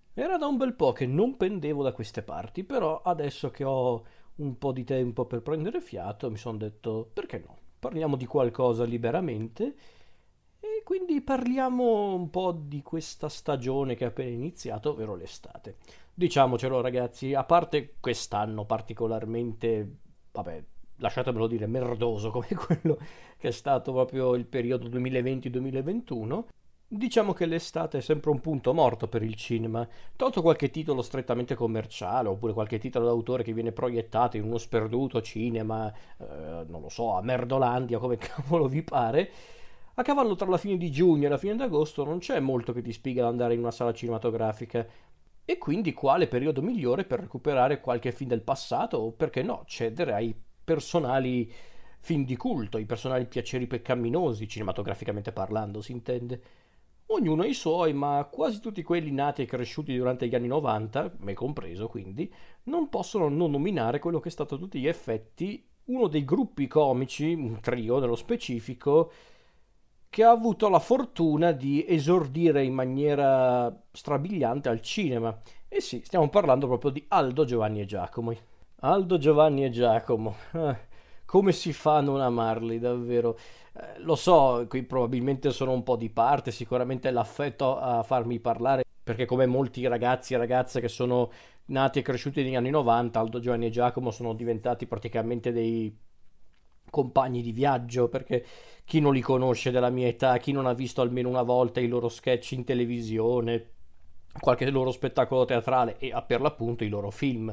Era da un bel po' che non pendevo da queste parti, però adesso che ho un po' di tempo per prendere fiato, mi sono detto, perché no? Parliamo di qualcosa liberamente e quindi parliamo un po' di questa stagione che è appena iniziata, ovvero l'estate. Diciamocelo ragazzi, a parte quest'anno particolarmente, vabbè, lasciatemelo dire, merdoso come quello che è stato proprio il periodo 2020-2021, diciamo che l'estate è sempre un punto morto per il cinema, tolto qualche titolo strettamente commerciale oppure qualche titolo d'autore che viene proiettato in uno sperduto cinema, non lo so, a Merdolandia, come cavolo vi pare. A cavallo tra la fine di giugno e la fine d'agosto non c'è molto che ti spiega ad andare in una sala cinematografica. E quindi quale periodo migliore per recuperare qualche film del passato o perché no, cedere ai personali film di culto, ai personali piaceri peccaminosi, cinematograficamente parlando, si intende. Ognuno ha i suoi, ma quasi tutti quelli nati e cresciuti durante gli anni 90, me compreso quindi, non possono non nominare quello che è stato a tutti gli effetti uno dei gruppi comici, un trio nello specifico, che ha avuto la fortuna di esordire in maniera strabiliante al cinema. E sì, stiamo parlando proprio di Aldo, Giovanni e Giacomo. Aldo, Giovanni e Giacomo. Come si fa a non amarli, davvero? Lo so, qui probabilmente sono un po' di parte, sicuramente è l'affetto a farmi parlare, perché come molti ragazzi e ragazze che sono nati e cresciuti negli anni 90, Aldo, Giovanni e Giacomo sono diventati praticamente dei compagni di viaggio, perché chi non li conosce della mia età, chi non ha visto almeno una volta i loro sketch in televisione, qualche loro spettacolo teatrale e per l'appunto i loro film.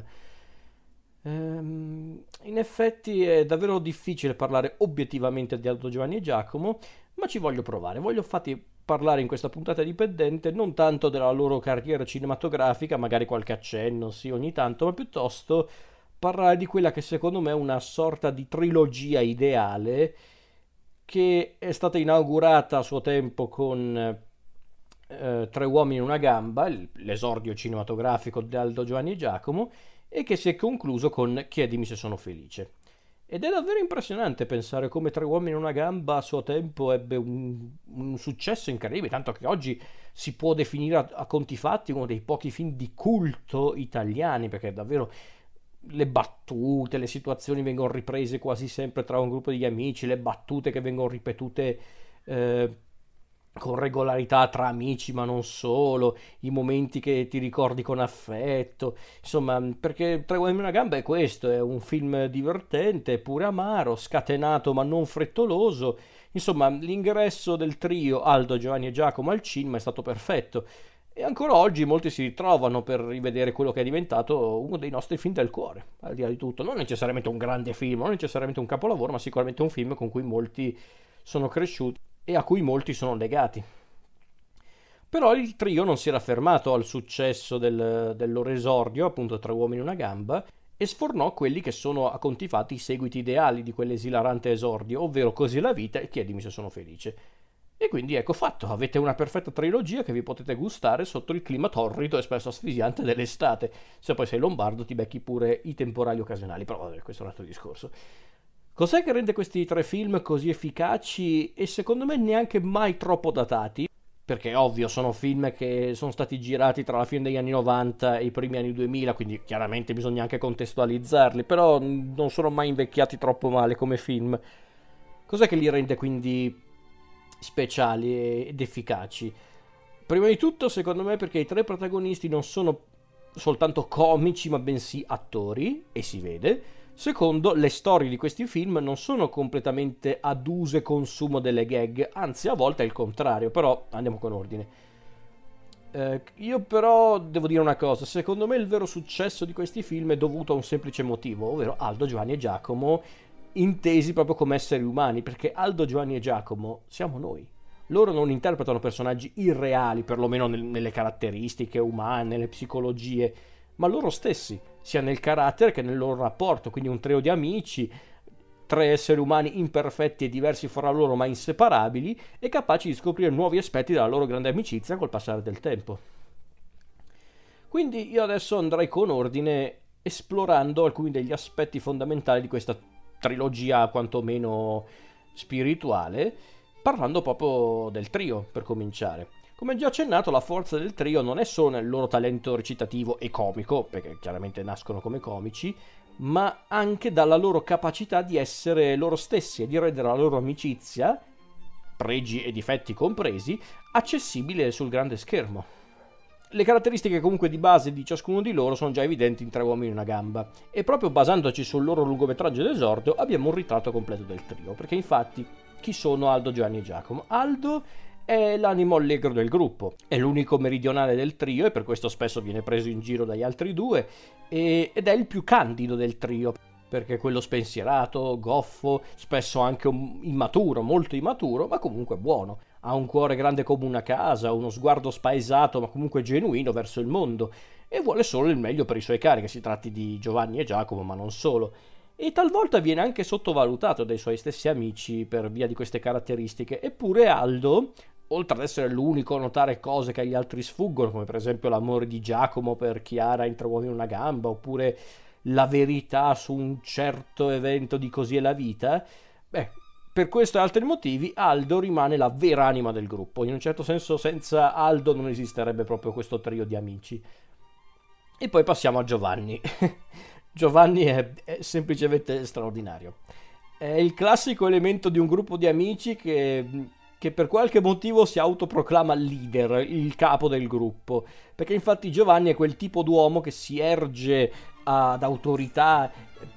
In effetti è davvero difficile parlare obiettivamente di Aldo Giovanni e Giacomo, ma ci voglio provare. Voglio infatti parlare in questa puntata dipendente non tanto della loro carriera cinematografica, magari qualche accenno, sì, ogni tanto, ma piuttosto parlare di quella che secondo me è una sorta di trilogia ideale che è stata inaugurata a suo tempo con Tre uomini in una gamba, l'esordio cinematografico di Aldo Giovanni e Giacomo, e che si è concluso con Chiedimi se sono felice. Ed è davvero impressionante pensare come Tre uomini in una gamba a suo tempo ebbe un successo incredibile, tanto che oggi si può definire a conti fatti uno dei pochi film di culto italiani, perché davvero le battute, le situazioni vengono riprese quasi sempre tra un gruppo di amici, le battute che vengono ripetute eh, con regolarità tra amici, ma non solo, i momenti che ti ricordi con affetto, insomma, perché Tre uomini e una gamba è questo, è un film divertente, pure amaro, scatenato ma non frettoloso, insomma, l'ingresso del trio Aldo, Giovanni e Giacomo al cinema è stato perfetto. E ancora oggi molti si ritrovano per rivedere quello che è diventato uno dei nostri film del cuore, al di là di tutto. Non necessariamente un grande film, non necessariamente un capolavoro, ma sicuramente un film con cui molti sono cresciuti e a cui molti sono legati. Però il trio non si era fermato al successo del loro esordio, appunto Tre uomini e una gamba, e sfornò quelli che sono a conti fatti i seguiti ideali di quell'esilarante esordio, ovvero Così è la vita e Chiedimi se sono felice. E quindi ecco fatto, avete una perfetta trilogia che vi potete gustare sotto il clima torrido e spesso asfissiante dell'estate. Se poi sei lombardo ti becchi pure i temporali occasionali, però vabbè, questo è un altro discorso. Cos'è che rende questi tre film così efficaci e secondo me neanche mai troppo datati? Perché ovvio, sono film che sono stati girati tra la fine degli anni 90 e i primi anni 2000, quindi chiaramente bisogna anche contestualizzarli, però non sono mai invecchiati troppo male come film. Cos'è che li rende quindi speciali ed efficaci? Prima di tutto, secondo me, perché i tre protagonisti non sono soltanto comici, ma bensì attori, e si vede. Secondo, le storie di questi film non sono completamente ad uso e consumo delle gag, anzi a volte è il contrario, però andiamo con ordine. Io però devo dire una cosa, secondo me il vero successo di questi film è dovuto a un semplice motivo, ovvero Aldo, Giovanni e Giacomo intesi proprio come esseri umani, perché Aldo, Giovanni e Giacomo siamo noi. Loro non interpretano personaggi irreali, perlomeno nelle caratteristiche umane, nelle psicologie, ma loro stessi, sia nel carattere che nel loro rapporto, quindi un trio di amici, tre esseri umani imperfetti e diversi fra loro ma inseparabili e capaci di scoprire nuovi aspetti della loro grande amicizia col passare del tempo. Quindi io adesso andrei con ordine esplorando alcuni degli aspetti fondamentali di questa trilogia quantomeno spirituale, parlando proprio del trio per cominciare. Come già accennato, la forza del trio non è solo nel loro talento recitativo e comico, perché chiaramente nascono come comici, ma anche dalla loro capacità di essere loro stessi e di rendere la loro amicizia, pregi e difetti compresi, accessibile sul grande schermo. Le caratteristiche comunque di base di ciascuno di loro sono già evidenti in Tre uomini e una gamba, e proprio basandoci sul loro lungometraggio d'esordio abbiamo un ritratto completo del trio, perché infatti chi sono Aldo, Giovanni e Giacomo? Aldo è l'animo allegro del gruppo, è l'unico meridionale del trio e per questo spesso viene preso in giro dagli altri due, ed è il più candido del trio, perché è quello spensierato, goffo, spesso anche immaturo, molto immaturo, ma comunque buono. Ha un cuore grande come una casa, uno sguardo spaesato ma comunque genuino verso il mondo, e vuole solo il meglio per i suoi cari, che si tratti di Giovanni e Giacomo, ma non solo. E talvolta viene anche sottovalutato dai suoi stessi amici per via di queste caratteristiche. Eppure Aldo, oltre ad essere l'unico a notare cose che agli altri sfuggono, come per esempio l'amore di Giacomo per Chiara in Tre uomini e una gamba, oppure la verità su un certo evento di Così è la vita, per questo e altri motivi Aldo rimane la vera anima del gruppo. In un certo senso senza Aldo non esisterebbe proprio questo trio di amici. E poi passiamo a Giovanni. Giovanni è semplicemente straordinario. È il classico elemento di un gruppo di amici che per qualche motivo si autoproclama leader, il capo del gruppo, perché infatti Giovanni è quel tipo d'uomo che si erge ad autorità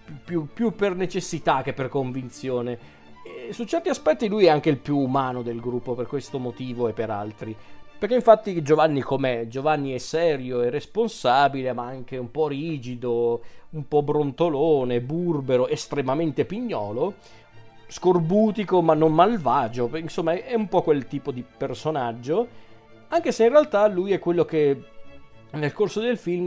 più per necessità che per convinzione. E su certi aspetti lui è anche il più umano del gruppo per questo motivo e per altri, perché infatti Giovanni com'è? Giovanni è serio e responsabile, ma anche un po' rigido, un po' brontolone, burbero, estremamente pignolo, scorbutico ma non malvagio. Insomma è un po' quel tipo di personaggio, anche se in realtà lui è quello che nel corso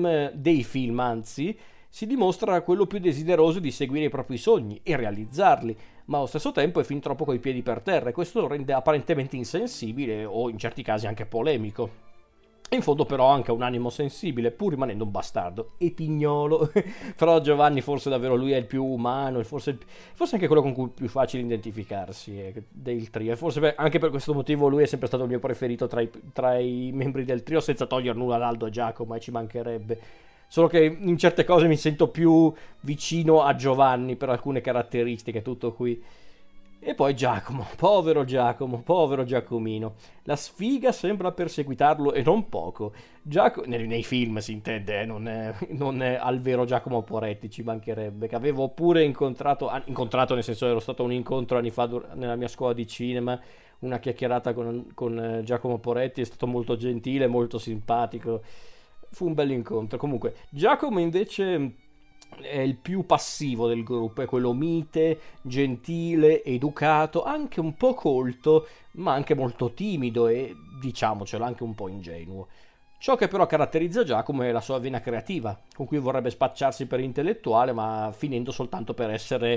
dei film anzi, si dimostra quello più desideroso di seguire i propri sogni e realizzarli, ma allo stesso tempo è fin troppo coi piedi per terra, e questo lo rende apparentemente insensibile o in certi casi anche polemico. In fondo però ha anche un animo sensibile, pur rimanendo un bastardo e pignolo. Però Giovanni forse davvero lui è il più umano e forse anche quello con cui è più facile identificarsi del trio. E forse anche per questo motivo lui è sempre stato il mio preferito tra i membri del trio, senza togliere nulla ad Aldo e Giacomo, ci mancherebbe. Solo che in certe cose mi sento più vicino a Giovanni per alcune caratteristiche, tutto qui. E poi Giacomo, povero Giacomino. La sfiga sembra perseguitarlo e non poco. Nei film si intende, non è al vero Giacomo Poretti, ci mancherebbe, che avevo pure incontrato nel senso ero stato a un incontro anni fa nella mia scuola di cinema, una chiacchierata con Giacomo Poretti, è stato molto gentile, molto simpatico. Fu un bel incontro. Comunque, Giacomo invece è il più passivo del gruppo, è quello mite, gentile, educato, anche un po' colto, ma anche molto timido e, diciamocelo, anche un po' ingenuo. Ciò che però caratterizza Giacomo è la sua vena creativa, con cui vorrebbe spacciarsi per intellettuale, ma finendo soltanto per essere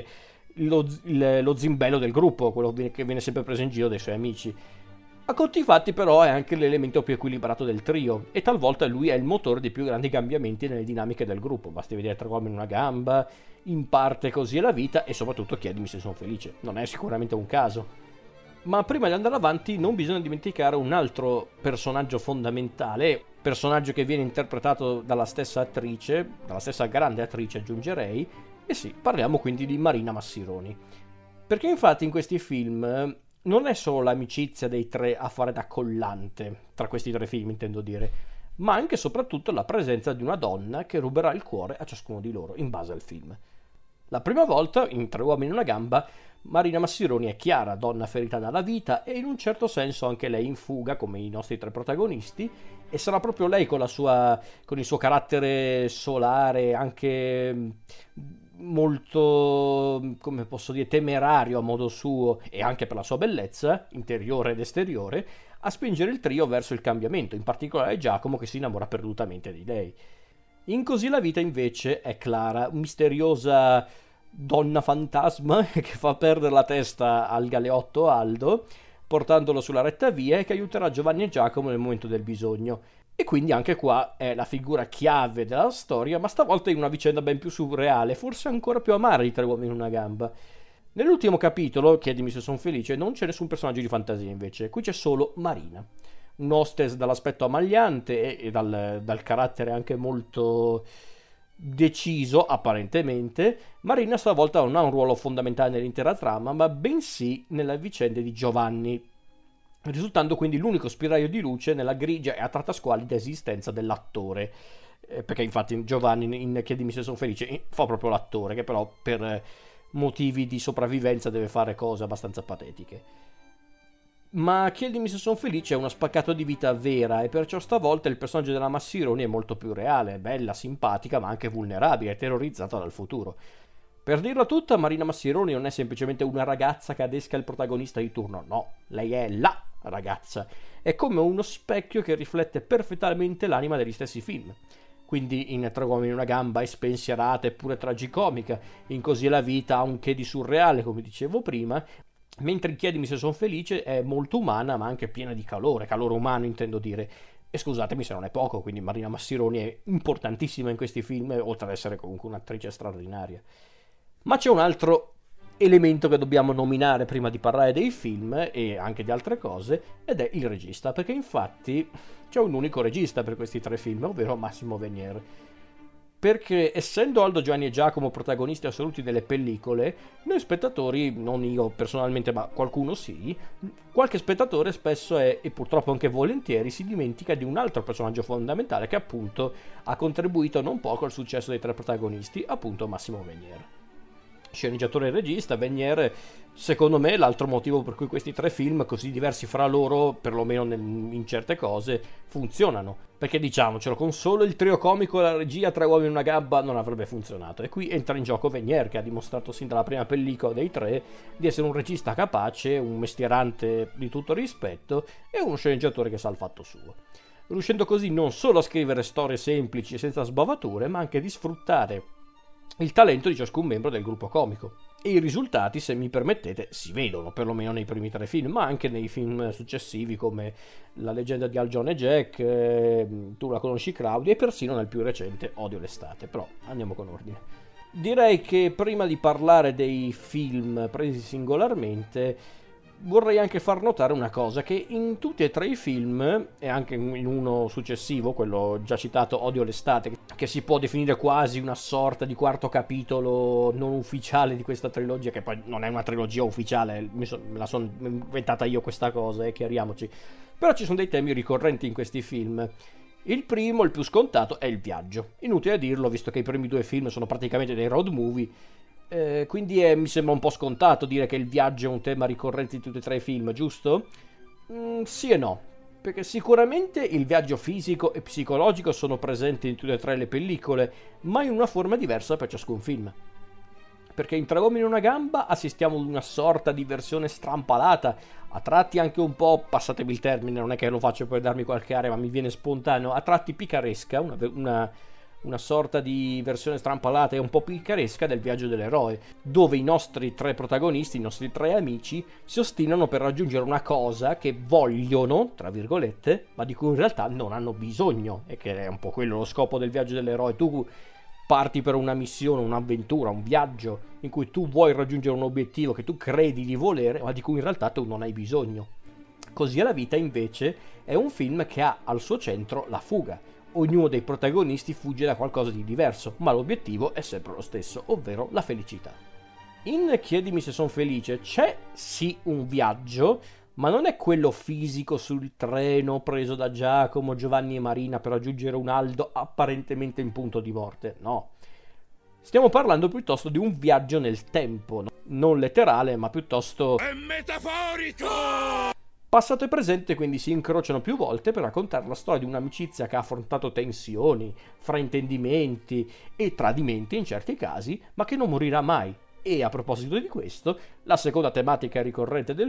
lo zimbello del gruppo, quello che viene sempre preso in giro dai suoi amici. A conti fatti però è anche l'elemento più equilibrato del trio, e talvolta lui è il motore dei più grandi cambiamenti nelle dinamiche del gruppo. Basti vedere Tre uomini in una gamba, in parte Così è la vita, e soprattutto Chiedimi se sono felice. Non è sicuramente un caso. Ma prima di andare avanti non bisogna dimenticare un altro personaggio fondamentale, personaggio che viene interpretato dalla stessa attrice, dalla stessa grande attrice aggiungerei, e sì, parliamo quindi di Marina Massironi. Perché infatti in questi film non è solo l'amicizia dei tre a fare da collante, tra questi tre film intendo dire, ma anche e soprattutto la presenza di una donna che ruberà il cuore a ciascuno di loro in base al film. La prima volta, in Tre uomini in una gamba, Marina Massironi è Chiara, donna ferita dalla vita e in un certo senso anche lei in fuga come i nostri tre protagonisti, e sarà proprio lei con il suo carattere solare, anche molto, come posso dire, temerario a modo suo e anche per la sua bellezza interiore ed esteriore, a spingere il trio verso il cambiamento, in particolare Giacomo che si innamora perdutamente di lei. In Così la vita invece è Clara, misteriosa donna fantasma che fa perdere la testa al galeotto Aldo, portandolo sulla retta via, e che aiuterà Giovanni e Giacomo nel momento del bisogno. E quindi anche qua è la figura chiave della storia, ma stavolta in una vicenda ben più surreale, forse ancora più amara di Tre uomini in una gamba. Nell'ultimo capitolo, Chiedimi se sono felice, non c'è nessun personaggio di fantasia invece, qui c'è solo Marina. un hostess dall'aspetto ammagliante e dal carattere anche molto deciso, apparentemente. Marina stavolta non ha un ruolo fondamentale nell'intera trama, ma bensì nella vicenda di Giovanni, risultando quindi l'unico spiraglio di luce nella grigia e a tratti squallida esistenza dell'attore. Perché infatti Giovanni in Chiedimi se sono felice fa proprio l'attore, che però per motivi di sopravvivenza deve fare cose abbastanza patetiche. Ma Chiedimi se sono felice è uno spaccato di vita vera, e perciò stavolta il personaggio della Massironi è molto più reale, bella, simpatica, ma anche vulnerabile, terrorizzata dal futuro. Per dirla tutta, Marina Massironi non è semplicemente una ragazza che adesca il protagonista di turno, no, lei è la ragazza. È come uno specchio che riflette perfettamente l'anima degli stessi film. Quindi in Tre uomini e una gamba è spensierata eppure tragicomica, in Così è la vita ha un che di surreale, come dicevo prima, mentre in Chiedimi se sono felice è molto umana, ma anche piena di calore umano intendo dire. E scusatemi se non è poco, quindi Marina Massironi è importantissima in questi film, oltre ad essere comunque un'attrice straordinaria. Ma c'è un altro elemento che dobbiamo nominare prima di parlare dei film e anche di altre cose, ed è il regista, perché infatti c'è un unico regista per questi 3 film, ovvero Massimo Venier. Perché essendo Aldo, Giovanni e Giacomo protagonisti assoluti delle pellicole, noi spettatori, non io personalmente ma qualcuno sì, qualche spettatore spesso e purtroppo anche volentieri si dimentica di un altro personaggio fondamentale che appunto ha contribuito non poco al successo dei 3 protagonisti, appunto Massimo Venier. Sceneggiatore e regista, Venier, secondo me, l'altro motivo per cui questi 3 film, così diversi fra loro, perlomeno in certe cose, funzionano. Perché diciamocelo, con solo il trio comico e la regia Tre uomini e una gamba non avrebbe funzionato. E qui entra in gioco Venier, che ha dimostrato sin dalla prima pellicola dei 3 di essere un regista capace, un mestierante di tutto rispetto e uno sceneggiatore che sa il fatto suo, riuscendo così non solo a scrivere storie semplici e senza sbavature, ma anche di sfruttare il talento di ciascun membro del gruppo comico. E i risultati, se mi permettete, si vedono, perlomeno nei primi 3 film, ma anche nei film successivi come La leggenda di Al John e Jack, Tu la conosci Claudia, e persino nel più recente Odio l'estate. Però andiamo con ordine. Direi che prima di parlare dei film presi singolarmente vorrei anche far notare una cosa, che in tutti e 3 i film, e anche in uno successivo, quello già citato Odio l'estate, che si può definire quasi una sorta di quarto capitolo non ufficiale di questa trilogia, che poi non è una trilogia ufficiale, me la sono inventata io questa cosa, chiariamoci, però ci sono dei temi ricorrenti in questi film. Il primo, il più scontato, è il viaggio. Inutile dirlo, visto che i primi 2 film sono praticamente dei road movie. Quindi mi sembra un po' scontato dire che il viaggio è un tema ricorrente in tutti e 3 i film, giusto? Sì e no, perché sicuramente il viaggio fisico e psicologico sono presenti in tutte e 3 le pellicole, ma in una forma diversa per ciascun film. Perché in Tre uomini e una gamba assistiamo ad una sorta di versione strampalata, a tratti anche un po', passatemi il termine, non è che lo faccio per darmi qualche area, ma mi viene spontaneo, a tratti picaresca, una sorta di versione strampalata e un po' picaresca del viaggio dell'eroe, dove i nostri 3 protagonisti, i nostri 3 amici, si ostinano per raggiungere una cosa che vogliono, tra virgolette, ma di cui in realtà non hanno bisogno, e che è un po' quello lo scopo del viaggio dell'eroe. Tu parti per una missione, un'avventura, un viaggio in cui tu vuoi raggiungere un obiettivo che tu credi di volere, ma di cui in realtà tu non hai bisogno. Così è la vita, invece, è un film che ha al suo centro la fuga. Ognuno dei protagonisti fugge da qualcosa di diverso, ma l'obiettivo è sempre lo stesso, ovvero la felicità. In Chiedimi se son felice c'è sì un viaggio, ma non è quello fisico sul treno preso da Giacomo, Giovanni e Marina per raggiungere un Aldo apparentemente in punto di morte, no. Stiamo parlando piuttosto di un viaggio nel tempo, no? Non letterale, ma piuttosto è metaforico! Passato e presente quindi si incrociano più volte per raccontare la storia di un'amicizia che ha affrontato tensioni, fraintendimenti e tradimenti in certi casi, ma che non morirà mai. E a proposito di questo, la seconda tematica ricorrente dei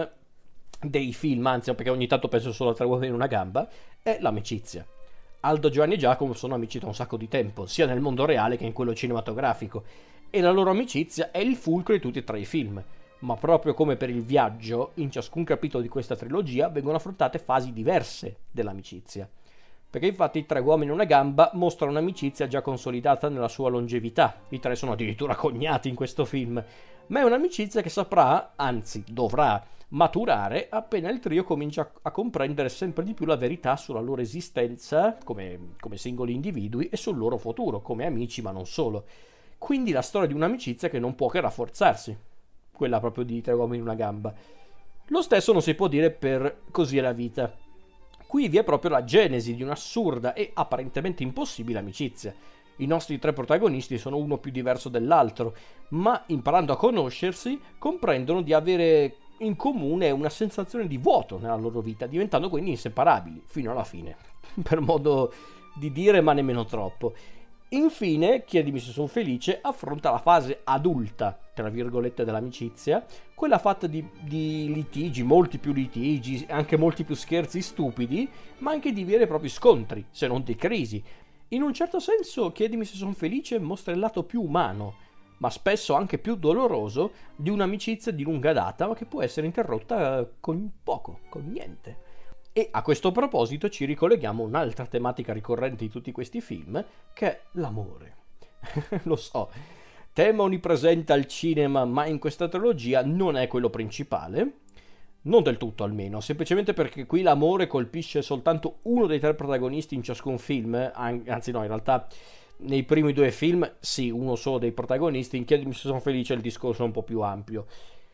film, anzi, perché ogni tanto penso solo a Tre uomini e una gamba, è l'amicizia. Aldo, Giovanni e Giacomo sono amici da un sacco di tempo, sia nel mondo reale che in quello cinematografico, e la loro amicizia è il fulcro di tutti e 3 i film. Ma proprio come per il viaggio, in ciascun capitolo di questa trilogia vengono affrontate fasi diverse dell'amicizia. Perché infatti Tre uomini e una gamba mostrano un'amicizia già consolidata nella sua longevità. I 3 sono addirittura cognati in questo film. ma è un'amicizia che saprà, anzi dovrà, maturare appena il trio comincia a comprendere sempre di più la verità sulla loro esistenza come singoli individui e sul loro futuro, come amici ma non solo. Quindi la storia di un'amicizia che non può che rafforzarsi, quella proprio di Tre uomini in una gamba. Lo stesso non si può dire per Così è la vita. Qui vi è proprio la genesi di un'assurda e apparentemente impossibile amicizia. I nostri tre protagonisti sono uno più diverso dell'altro, ma imparando a conoscersi comprendono di avere in comune una sensazione di vuoto nella loro vita, diventando quindi inseparabili fino alla fine, per modo di dire, ma nemmeno troppo. Infine, Chiedimi se sono felice affronta la fase adulta, tra virgolette, dell'amicizia, quella fatta di litigi, molti più litigi, anche molti più scherzi stupidi, ma anche di veri e propri scontri, se non di crisi. In un certo senso, Chiedimi se sono felice mostra il lato più umano, ma spesso anche più doloroso, di un'amicizia di lunga data, ma che può essere interrotta con poco, con niente. E a questo proposito ci ricolleghiamo a un'altra tematica ricorrente di tutti questi film, che è l'amore. Lo so, tema onnipresente al cinema, ma in questa trilogia non è quello principale. Non del tutto almeno, semplicemente perché qui l'amore colpisce soltanto uno dei tre protagonisti in ciascun film, anzi no, in realtà nei primi due film sì, uno solo dei protagonisti, in Chiedimi se sono felice il discorso è un po' più ampio.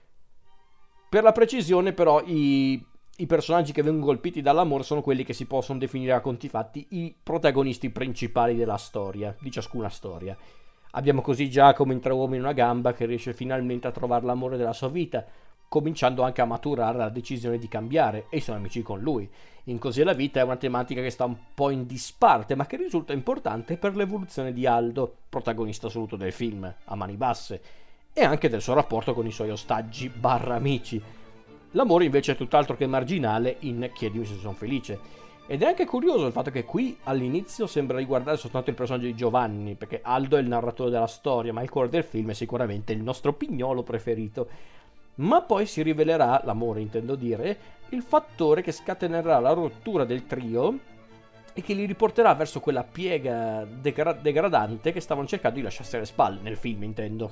Per la precisione però i personaggi che vengono colpiti dall'amore sono quelli che si possono definire a conti fatti i protagonisti principali della storia, di ciascuna storia. Abbiamo così Giacomo in Tre uomini in una gamba che riesce finalmente a trovare l'amore della sua vita, cominciando anche a maturare la decisione di cambiare e i suoi amici con lui. In Così è la vita è una tematica che sta un po' in disparte, ma che risulta importante per l'evoluzione di Aldo, protagonista assoluto del film, a mani basse, e anche del suo rapporto con i suoi ostaggi / amici. L'amore invece è tutt'altro che marginale in Chiedimi se sono felice. Ed è anche curioso il fatto che qui all'inizio sembra riguardare soltanto il personaggio di Giovanni, perché Aldo è il narratore della storia, ma il cuore del film è sicuramente il nostro pignolo preferito. Ma poi si rivelerà, l'amore intendo dire, il fattore che scatenerà la rottura del trio e che li riporterà verso quella piega degradante che stavano cercando di lasciarsi alle spalle, nel film intendo.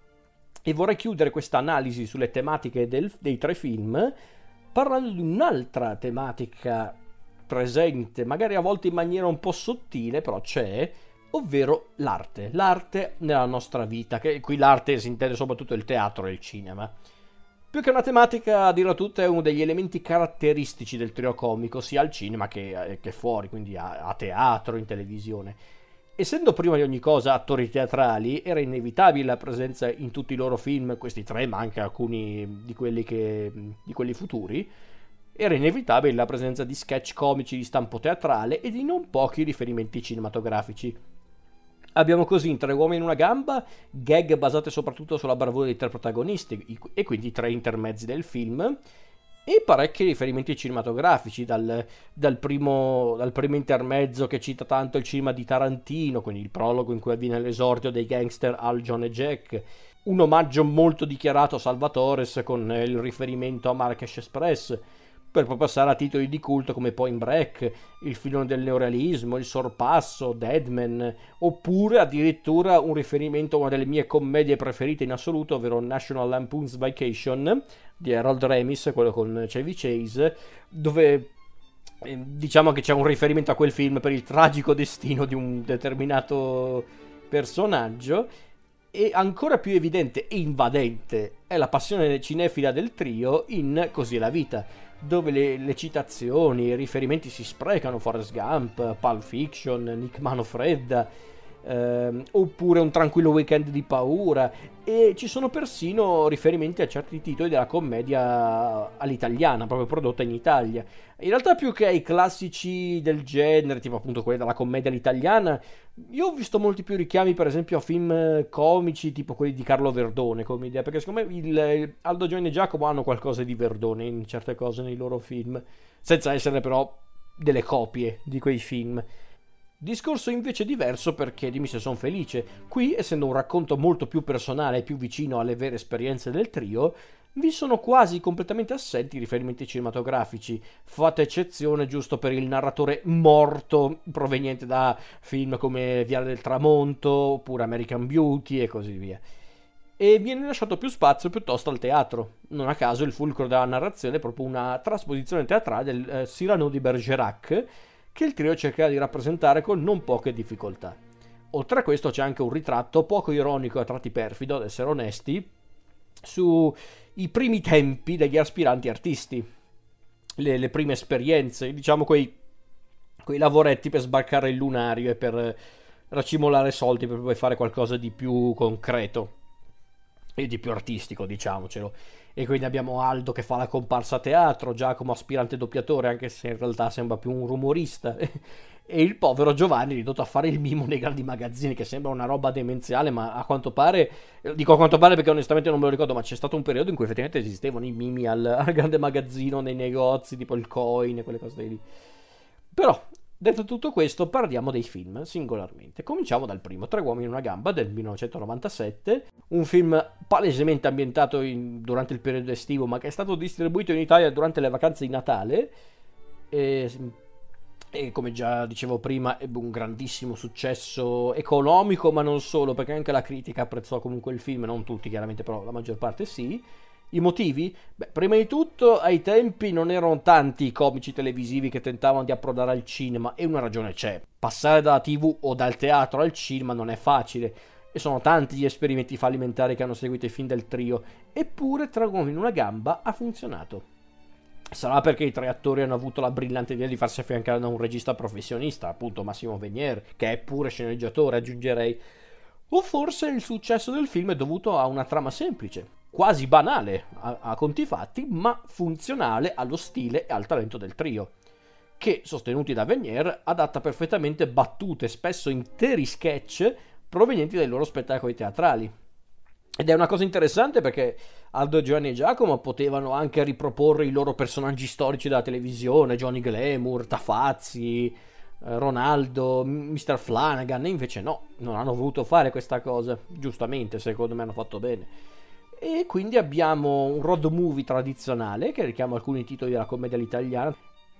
E vorrei chiudere questa analisi sulle tematiche dei tre film parlando di un'altra tematica presente, magari a volte in maniera un po' sottile, però c'è, ovvero l'arte. L'arte nella nostra vita, che qui l'arte si intende soprattutto il teatro e il cinema. Più che una tematica, a dirla tutta, è uno degli elementi caratteristici del trio comico, sia al cinema che fuori, quindi a teatro, in televisione. Essendo prima di ogni cosa attori teatrali, era inevitabile la presenza in tutti i loro film, questi tre, ma anche alcuni di quelli futuri, era inevitabile la presenza di sketch comici di stampo teatrale e di non pochi riferimenti cinematografici. Abbiamo così in Tre uomini in una gamba gag basate soprattutto sulla bravura dei tre protagonisti e quindi i tre intermezzi del film, e parecchi riferimenti cinematografici, dal primo intermezzo che cita tanto il cinema di Tarantino, quindi il prologo in cui avviene l'esordio dei gangster Al, John e Jack, un omaggio molto dichiarato a Salvatores con il riferimento a Marrakesh Express, per poi passare a titoli di culto come Point Break, il filone del neorealismo, Il sorpasso, Dead Man, oppure addirittura un riferimento a una delle mie commedie preferite in assoluto, ovvero National Lampoon's Vacation di Harold Ramis, quello con Chevy Chase, dove diciamo che c'è un riferimento a quel film per il tragico destino di un determinato personaggio. E ancora più evidente e invadente è la passione cinefila del trio in Così è la vita, dove le citazioni, i riferimenti si sprecano: Forrest Gump, Pulp Fiction, Nick Mano Fredda, oppure Un tranquillo weekend di paura, e ci sono persino riferimenti a certi titoli della commedia all'italiana, proprio prodotta in Italia. In realtà, più che ai classici del genere, tipo appunto quelli della commedia all'italiana, io ho visto molti più richiami per esempio a film comici tipo quelli di Carlo Verdone come idea, perché secondo me Aldo, Giovanni e Giacomo hanno qualcosa di Verdone in certe cose nei loro film, senza essere però delle copie di quei film. Discorso invece diverso perché Dimmi se son felice. Qui, essendo un racconto molto più personale e più vicino alle vere esperienze del trio, vi sono quasi completamente assenti riferimenti cinematografici, fatta eccezione giusto per il narratore morto proveniente da film come Viale del Tramonto oppure American Beauty e così via. e viene lasciato più spazio piuttosto al teatro. Non a caso il fulcro della narrazione è proprio una trasposizione teatrale del Cyrano di Bergerac, che il trio cerca di rappresentare con non poche difficoltà. Oltre a questo c'è anche un ritratto poco ironico e a tratti perfido, ad essere onesti, sui primi tempi degli aspiranti artisti, le prime esperienze, diciamo quei lavoretti per sbarcare il lunario e per racimolare soldi per poi fare qualcosa di più concreto e di più artistico, diciamocelo. E quindi abbiamo Aldo che fa la comparsa a teatro, Giacomo aspirante doppiatore, anche se in realtà sembra più un rumorista, e il povero Giovanni ridotto a fare il mimo nei grandi magazzini, che sembra una roba demenziale, ma a quanto pare, dico a quanto pare perché onestamente non me lo ricordo, ma c'è stato un periodo in cui effettivamente esistevano i mimi al grande magazzino, nei negozi, tipo il Coin e quelle cose lì. Però, detto tutto questo, parliamo dei film singolarmente. Cominciamo dal primo, Tre uomini e una gamba del 1997, un film palesemente ambientato durante il periodo estivo, ma che è stato distribuito in Italia durante le vacanze di Natale, e come già dicevo prima ebbe un grandissimo successo economico, ma non solo, perché anche la critica apprezzò comunque il film, non tutti chiaramente, però la maggior parte sì. I motivi? Beh, prima di tutto, ai tempi non erano tanti i comici televisivi che tentavano di approdare al cinema, e una ragione c'è. Passare dalla TV o dal teatro al cinema non è facile, e sono tanti gli esperimenti fallimentari che hanno seguito i film del trio, eppure Tre uomini in una gamba ha funzionato. Sarà perché i tre attori hanno avuto la brillante idea di farsi affiancare da un regista professionista, appunto Massimo Venier, che è pure sceneggiatore, aggiungerei. O forse il successo del film è dovuto a una trama semplice, quasi banale a conti fatti, ma funzionale allo stile e al talento del trio, che, sostenuti da Venier, adatta perfettamente battute, spesso interi sketch, provenienti dai loro spettacoli teatrali. Ed è una cosa interessante perché Aldo, Giovanni e Giacomo potevano anche riproporre i loro personaggi storici della televisione, Johnny Glamour, Tafazzi, Ronaldo, Mr. Flanagan, e invece no, non hanno voluto fare questa cosa. Giustamente, secondo me hanno fatto bene. E quindi abbiamo un road movie tradizionale che richiama alcuni titoli della commedia all'italiana,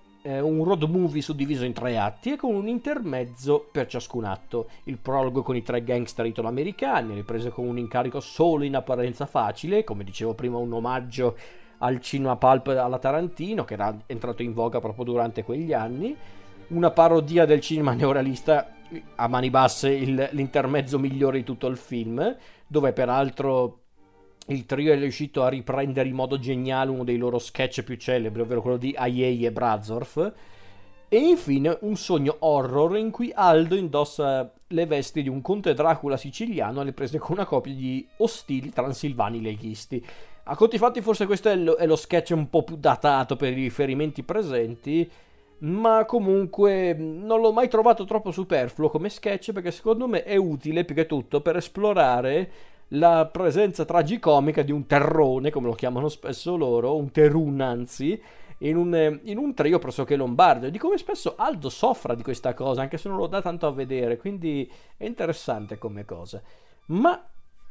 un road movie suddiviso in 3 atti e con un intermezzo per ciascun atto. Il prologo con i 3 gangster italo-americani, riprese con un incarico solo in apparenza facile, come dicevo prima un omaggio al cinema pulp alla Tarantino, che era entrato in voga proprio durante quegli anni, una parodia del cinema neorealista, a mani basse l'intermezzo migliore di tutto il film, dove peraltro il trio è riuscito a riprendere in modo geniale uno dei loro sketch più celebri, ovvero quello di Aiyei e Brazorf. E infine un sogno horror in cui Aldo indossa le vesti di un conte Dracula siciliano alle prese con una coppia di ostili transilvani leghisti. A conti fatti forse questo è lo sketch un po' più datato per i riferimenti presenti, ma comunque non l'ho mai trovato troppo superfluo come sketch, perché secondo me è utile più che tutto per esplorare la presenza tragicomica di un terrone, come lo chiamano spesso loro, un terun anzi, in un trio pressoché lombardo, e di come spesso Aldo soffra di questa cosa, anche se non lo dà tanto a vedere, quindi è interessante come cosa. Ma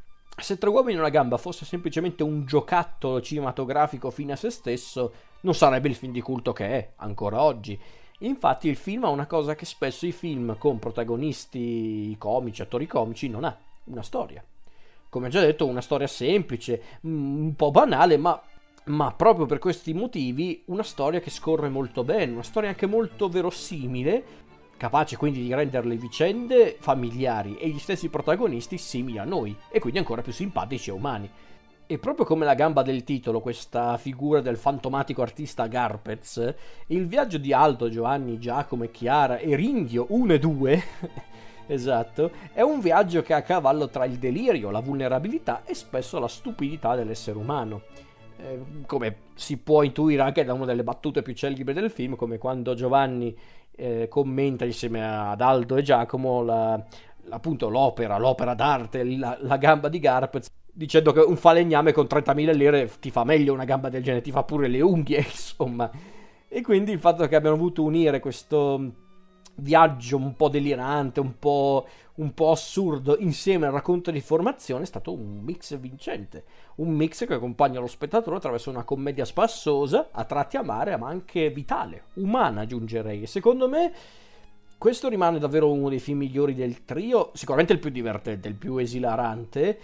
se Tre uomini e una gamba fosse semplicemente un giocattolo cinematografico fine a se stesso, non sarebbe il film di culto che è, ancora oggi. Infatti il film ha una cosa che spesso i film con protagonisti comici, attori comici, non ha: una storia. Come già detto, una storia semplice, un po' banale, ma proprio per questi motivi una storia che scorre molto bene, una storia anche molto verosimile, capace quindi di rendere le vicende familiari e gli stessi protagonisti simili a noi, e quindi ancora più simpatici e umani. E proprio come la gamba del titolo, questa figura del fantomatico artista Garpez, il viaggio di Aldo, Giovanni, Giacomo e Chiara e Ringhio 1 e 2... esatto, è un viaggio che è a cavallo tra il delirio, la vulnerabilità e spesso la stupidità dell'essere umano. Come si può intuire anche da una delle battute più celebri del film, come quando Giovanni commenta insieme ad Aldo e Giacomo appunto l'opera d'arte, la gamba di Garpez, dicendo che un falegname con 30.000 lire ti fa meglio una gamba del genere, ti fa pure le unghie, insomma. E quindi il fatto che abbiano voluto unire questo viaggio un po' delirante, un po' assurdo, insieme al racconto di formazione, è stato un mix vincente, un mix che accompagna lo spettatore attraverso una commedia spassosa, a tratti amara, ma anche vitale, umana aggiungerei. E secondo me questo rimane davvero uno dei film migliori del trio, sicuramente il più divertente, il più esilarante,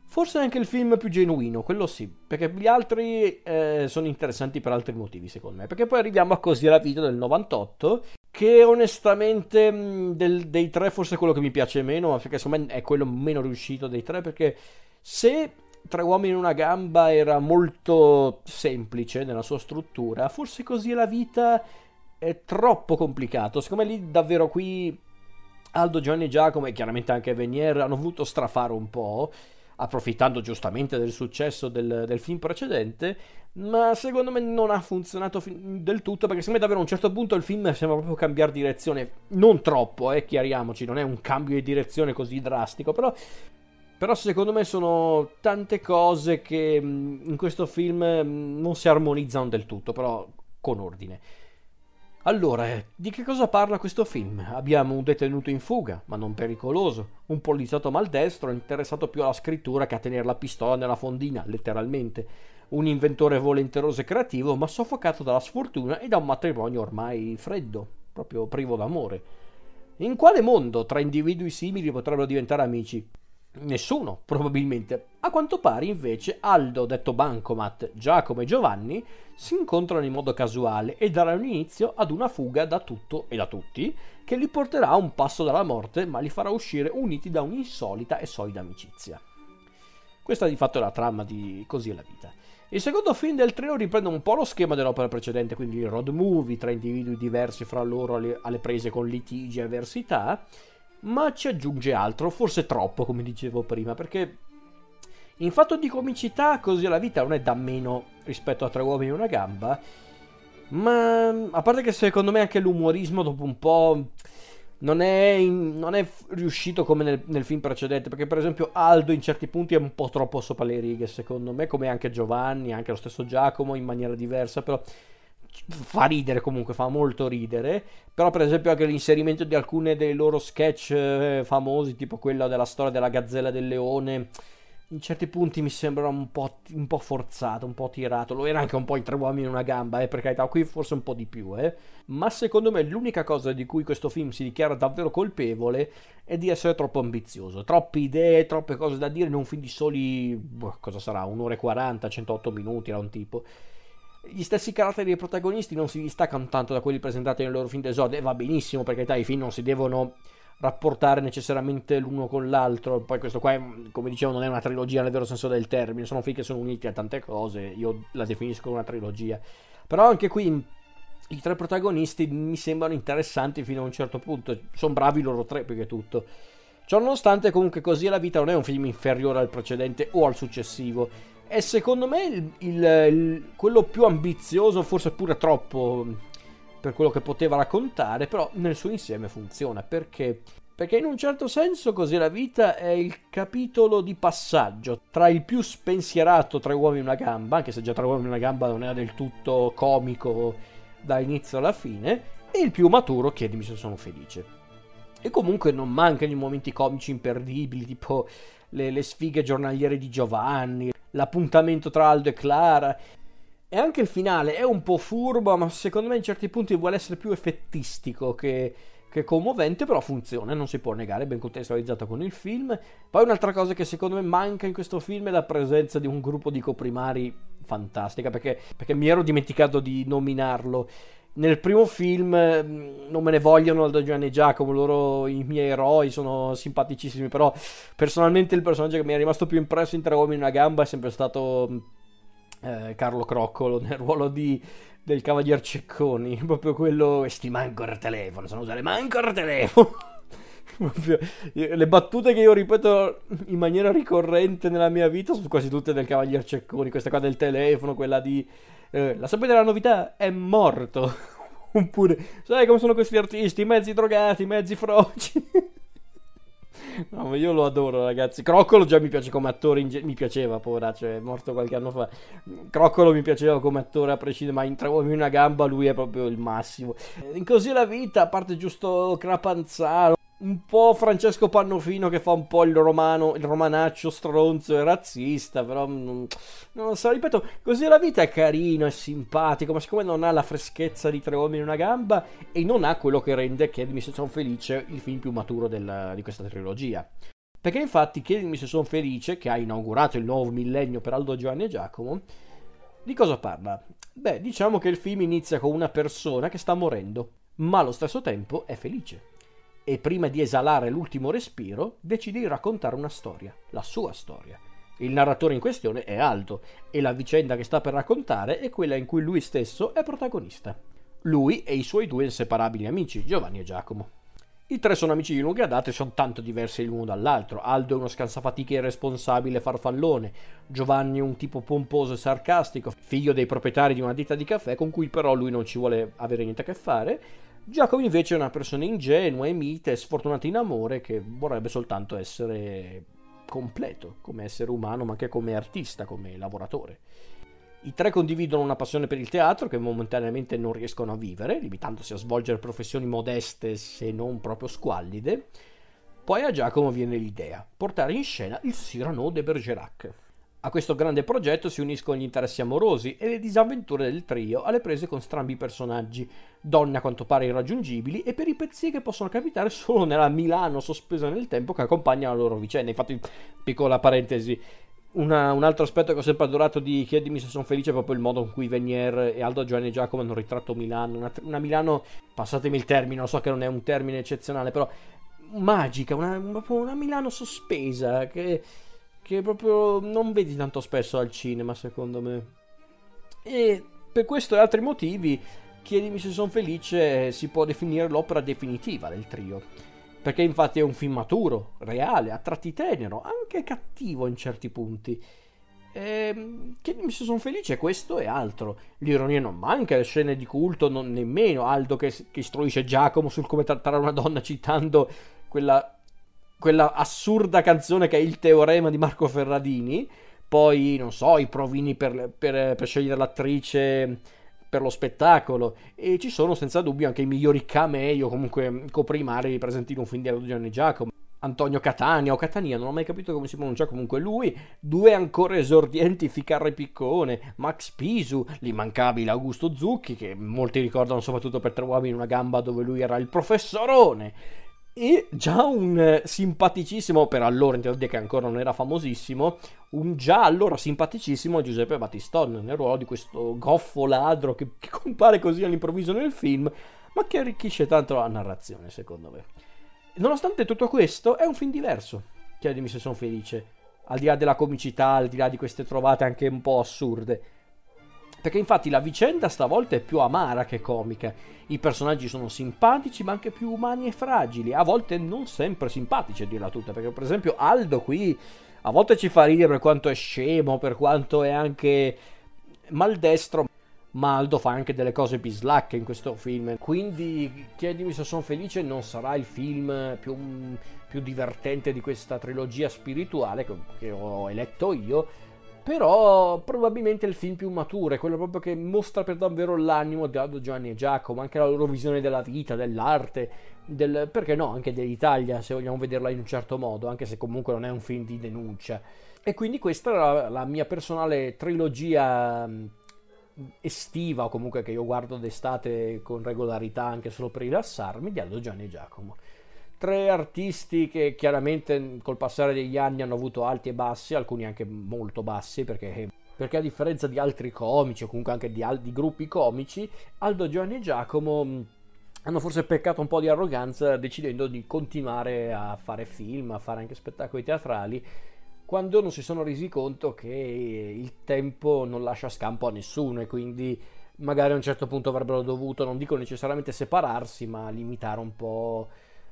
Forse è anche il film più genuino, quello sì, perché gli altri sono interessanti per altri motivi secondo me, perché poi arriviamo a Così la vita del 98, che onestamente dei tre forse è quello che mi piace meno, perché secondo me è quello meno riuscito dei tre, perché se Tre uomini in una gamba era molto semplice nella sua struttura, forse Così è la vita è troppo complicato, secondo me lì davvero qui Aldo, Giovanni e Giacomo e chiaramente anche Venier hanno voluto strafare un po', approfittando giustamente del successo del film precedente, ma secondo me non ha funzionato del tutto, perché secondo me davvero a un certo punto il film sembra proprio cambiare direzione, non troppo, chiariamoci, non è un cambio di direzione così drastico, però secondo me sono tante cose che in questo film non si armonizzano del tutto, però con ordine. Allora, di che cosa parla questo film? Abbiamo un detenuto in fuga, ma non pericoloso, un poliziotto maldestro interessato più alla scrittura che a tenere la pistola nella fondina, letteralmente, un inventore volenteroso e creativo, ma soffocato dalla sfortuna e da un matrimonio ormai freddo, proprio privo d'amore. In quale mondo tra individui simili potrebbero diventare amici? Nessuno, probabilmente. A quanto pare, invece, Aldo, detto Bancomat, Giacomo e Giovanni si incontrano in modo casuale e daranno inizio ad una fuga da tutto e da tutti che li porterà a un passo dalla morte, ma li farà uscire uniti da un'insolita e solida amicizia. Questa di fatto è la trama di Così è la vita. Il secondo film del trio riprende un po' lo schema dell'opera precedente, quindi il road movie tra individui diversi fra loro alle prese con litigi e avversità, ma ci aggiunge altro, forse troppo, come dicevo prima, perché in fatto di comicità Così è la vita non è da meno rispetto a Tre uomini in una gamba, ma a parte che secondo me anche l'umorismo dopo un po' non è riuscito come nel film precedente, perché per esempio Aldo in certi punti è un po' troppo sopra le righe secondo me, come anche Giovanni, anche lo stesso Giacomo in maniera diversa, però fa ridere, comunque fa molto ridere. Però per esempio anche l'inserimento di alcune dei loro sketch famosi, tipo quella della storia della gazzella del leone, in certi punti mi sembra un po' forzato, un po' tirato. Lo era anche un po' in Tre uomini in una gamba, per carità, qui forse un po' di più, ma secondo me l'unica cosa di cui questo film si dichiara davvero colpevole è di essere troppo ambizioso. Troppe idee, troppe cose da dire in un film di soli, cosa sarà, 1 ora e 40, 108 minuti, era un tipo. Gli stessi caratteri dei protagonisti non si distaccano tanto da quelli presentati nel loro film d'esordio, e va benissimo, perché i film non si devono rapportare necessariamente l'uno con l'altro. Poi questo qua, come dicevo, non è una trilogia nel vero senso del termine, sono film che sono uniti a tante cose, io la definisco una trilogia. Però anche qui i tre protagonisti mi sembrano interessanti fino a un certo punto, sono bravi loro tre più che tutto. Ciononostante, comunque, Così è la vita non è un film inferiore al precedente o al successivo. È secondo me quello più ambizioso, forse pure troppo per quello che poteva raccontare, però nel suo insieme funziona. Perché in un certo senso Così è la vita è il capitolo di passaggio tra il più spensierato Tre uomini in una gamba, anche se già Tre uomini in una gamba non era del tutto comico dall'inizio alla fine, e il più maturo Chiedimi se sono felice. E comunque non mancano i momenti comici imperdibili, tipo le sfighe giornaliere di Giovanni, l'appuntamento tra Aldo e Clara. E anche il finale è un po' furbo, ma secondo me in certi punti vuole essere più effettistico che commovente, però funziona, non si può negare, è ben contestualizzato con il film. Poi un'altra cosa che secondo me manca in questo film è la presenza di un gruppo di coprimari fantastica, perché mi ero dimenticato di nominarlo. Nel primo film non me ne vogliono Aldo, Giovanni e Giacomo, loro i miei eroi, sono simpaticissimi, però personalmente il personaggio che mi è rimasto più impresso in Tre uomini in una gamba è sempre stato Carlo Croccolo nel ruolo del Cavalier Cecconi, proprio quello, sti manco il telefono, sono usare manco il telefono. Le battute che io ripeto in maniera ricorrente nella mia vita sono quasi tutte del Cavalier Cecconi, questa qua del telefono, quella di la sapete la novità? È morto. Oppure, sai come sono questi artisti, mezzi drogati, mezzi froci. No, ma io lo adoro, ragazzi. Croccolo già mi piace come attore, mi piaceva, poveraccio, è morto qualche anno fa. Croccolo mi piaceva come attore a prescindere, ma in Tre uomini in una gamba lui è proprio il massimo. In Così è la vita, a parte giusto Crapanzano, un po' Francesco Pannofino che fa un po' il romanaccio stronzo e razzista, però non so, ripeto, Così è la vita è carino, è simpatico, ma siccome non ha la freschezza di Tre uomini in una gamba e non ha quello che rende Chiedimi se sono felice il film più maturo di questa trilogia. Perché infatti Chiedimi se son felice, che ha inaugurato il nuovo millennio per Aldo, Giovanni e Giacomo, di cosa parla? Beh, diciamo che il film inizia con una persona che sta morendo, ma allo stesso tempo è felice. E prima di esalare l'ultimo respiro, decide di raccontare una storia, la sua storia. Il narratore in questione è Aldo, e la vicenda che sta per raccontare è quella in cui lui stesso è protagonista. Lui e i suoi due inseparabili amici, Giovanni e Giacomo. I tre sono amici di lunga data e sono tanto diversi l'uno dall'altro. Aldo è uno scansafatiche irresponsabile farfallone, Giovanni è un tipo pomposo e sarcastico, figlio dei proprietari di una ditta di caffè con cui però lui non ci vuole avere niente a che fare. Giacomo invece è una persona ingenua e mite e sfortunata in amore che vorrebbe soltanto essere completo come essere umano ma anche come artista, come lavoratore. I tre condividono una passione per il teatro che momentaneamente non riescono a vivere, limitandosi a svolgere professioni modeste se non proprio squallide. Poi a Giacomo viene l'idea, portare in scena il Cyrano de Bergerac. A questo grande progetto si uniscono gli interessi amorosi e le disavventure del trio alle prese con strambi personaggi, donne a quanto pare irraggiungibili e peripezie che possono capitare solo nella Milano sospesa nel tempo che accompagna la loro vicenda. Infatti, piccola parentesi, un altro aspetto che ho sempre adorato di Chiedimi se sono felice è proprio il modo in cui Venier e Aldo, Giovanni e Giacomo hanno ritratto Milano, una Milano, passatemi il termine, lo so che non è un termine eccezionale, però magica, proprio una Milano sospesa che proprio non vedi tanto spesso al cinema, secondo me. E per questo e altri motivi Chiedimi se sono felice si può definire l'opera definitiva del trio, perché infatti è un film maturo, reale, a tratti tenero, anche cattivo in certi punti. Chiedimi se sono felice, questo e altro. L'ironia non manca, le scene di culto non nemmeno. Aldo che istruisce Giacomo sul come trattare una donna citando quella assurda canzone che è Il teorema di Marco Ferradini. Poi, non so, i provini per scegliere l'attrice per lo spettacolo, e ci sono senza dubbio anche i migliori camei o comunque coprimari presenti in un film di Aldo, Giovanni e Giacomo. Antonio Catania o Catania, non ho mai capito come si pronuncia, comunque lui, due ancora esordienti Ficarra e Piccone, Max Pisu, l'immancabile Augusto Zucchi, che molti ricordano soprattutto per Tre uomini in una gamba dove lui era il professorone, e già un simpaticissimo, per allora intendo dire che ancora non era famosissimo, un già allora simpaticissimo Giuseppe Battistone nel ruolo di questo goffo ladro che compare così all'improvviso nel film, ma che arricchisce tanto la narrazione, secondo me. Nonostante tutto questo, è un film diverso. Chiedimi se sono felice, al di là della comicità, al di là di queste trovate anche un po' assurde, perché infatti la vicenda stavolta è più amara che comica. I personaggi sono simpatici ma anche più umani e fragili, a volte non sempre simpatici a dirla tutta, perché per esempio Aldo qui a volte ci fa ridere per quanto è scemo, per quanto è anche maldestro, ma Aldo fa anche delle cose bislacche in questo film. Quindi Chiedimi se sono felice non sarà il film più divertente di questa trilogia spirituale che ho eletto io, però probabilmente è il film più maturo, è quello proprio che mostra per davvero l'animo di Aldo, Giovanni e Giacomo, anche la loro visione della vita, dell'arte, perché no, anche dell'Italia, se vogliamo vederla in un certo modo, anche se comunque non è un film di denuncia. E quindi questa era la mia personale trilogia estiva, o comunque che io guardo d'estate con regolarità anche solo per rilassarmi, di Aldo, Giovanni e Giacomo. Tre artisti che chiaramente col passare degli anni hanno avuto alti e bassi, alcuni anche molto bassi, perché a differenza di altri comici o comunque anche di gruppi comici, Aldo, Giovanni e Giacomo hanno forse peccato un po' di arroganza decidendo di continuare a fare film, a fare anche spettacoli teatrali, quando non si sono resi conto che il tempo non lascia scampo a nessuno e quindi magari a un certo punto avrebbero dovuto, non dico necessariamente separarsi, ma limitare un po'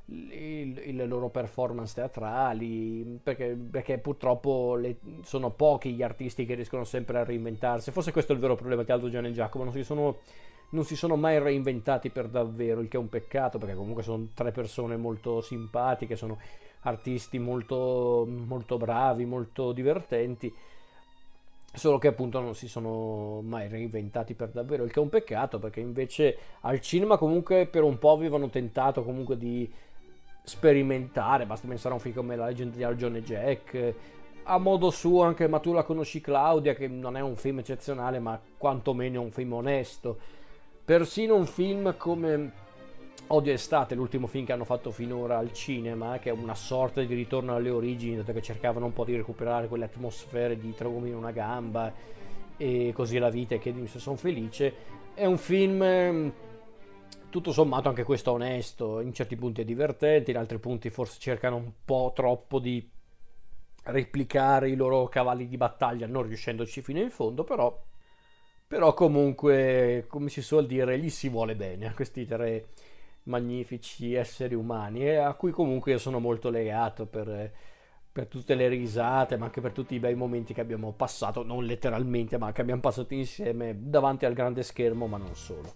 le loro performance teatrali, perché purtroppo sono pochi gli artisti che riescono sempre a reinventarsi. Forse questo è il vero problema di Aldo, Giovanni e Giacomo, non si sono mai reinventati per davvero, il che è un peccato, perché comunque sono tre persone molto simpatiche, sono artisti molto, molto bravi, molto divertenti, solo che appunto non si sono mai reinventati per davvero, il che è un peccato, perché invece al cinema comunque per un po' avevano tentato comunque di sperimentare. Basta pensare a un film come La leggenda di John e Jack, a modo suo anche Ma tu la conosci Claudia, che non è un film eccezionale ma quantomeno è un film onesto. Persino un film come Odio Estate, l'ultimo film che hanno fatto finora al cinema, che è una sorta di ritorno alle origini, dato che cercavano un po' di recuperare quelle atmosfere di Tre uomini e una gamba e Così la vita e Chiedimi se sono felice. È un film tutto sommato anche questo onesto, in certi punti è divertente, in altri punti forse cercano un po' troppo di replicare i loro cavalli di battaglia, non riuscendoci fino in fondo, però comunque, come si suol dire, gli si vuole bene a questi tre magnifici esseri umani e a cui comunque io sono molto legato per tutte le risate, ma anche per tutti i bei momenti che abbiamo passato, non letteralmente, ma che abbiamo passato insieme davanti al grande schermo, ma non solo.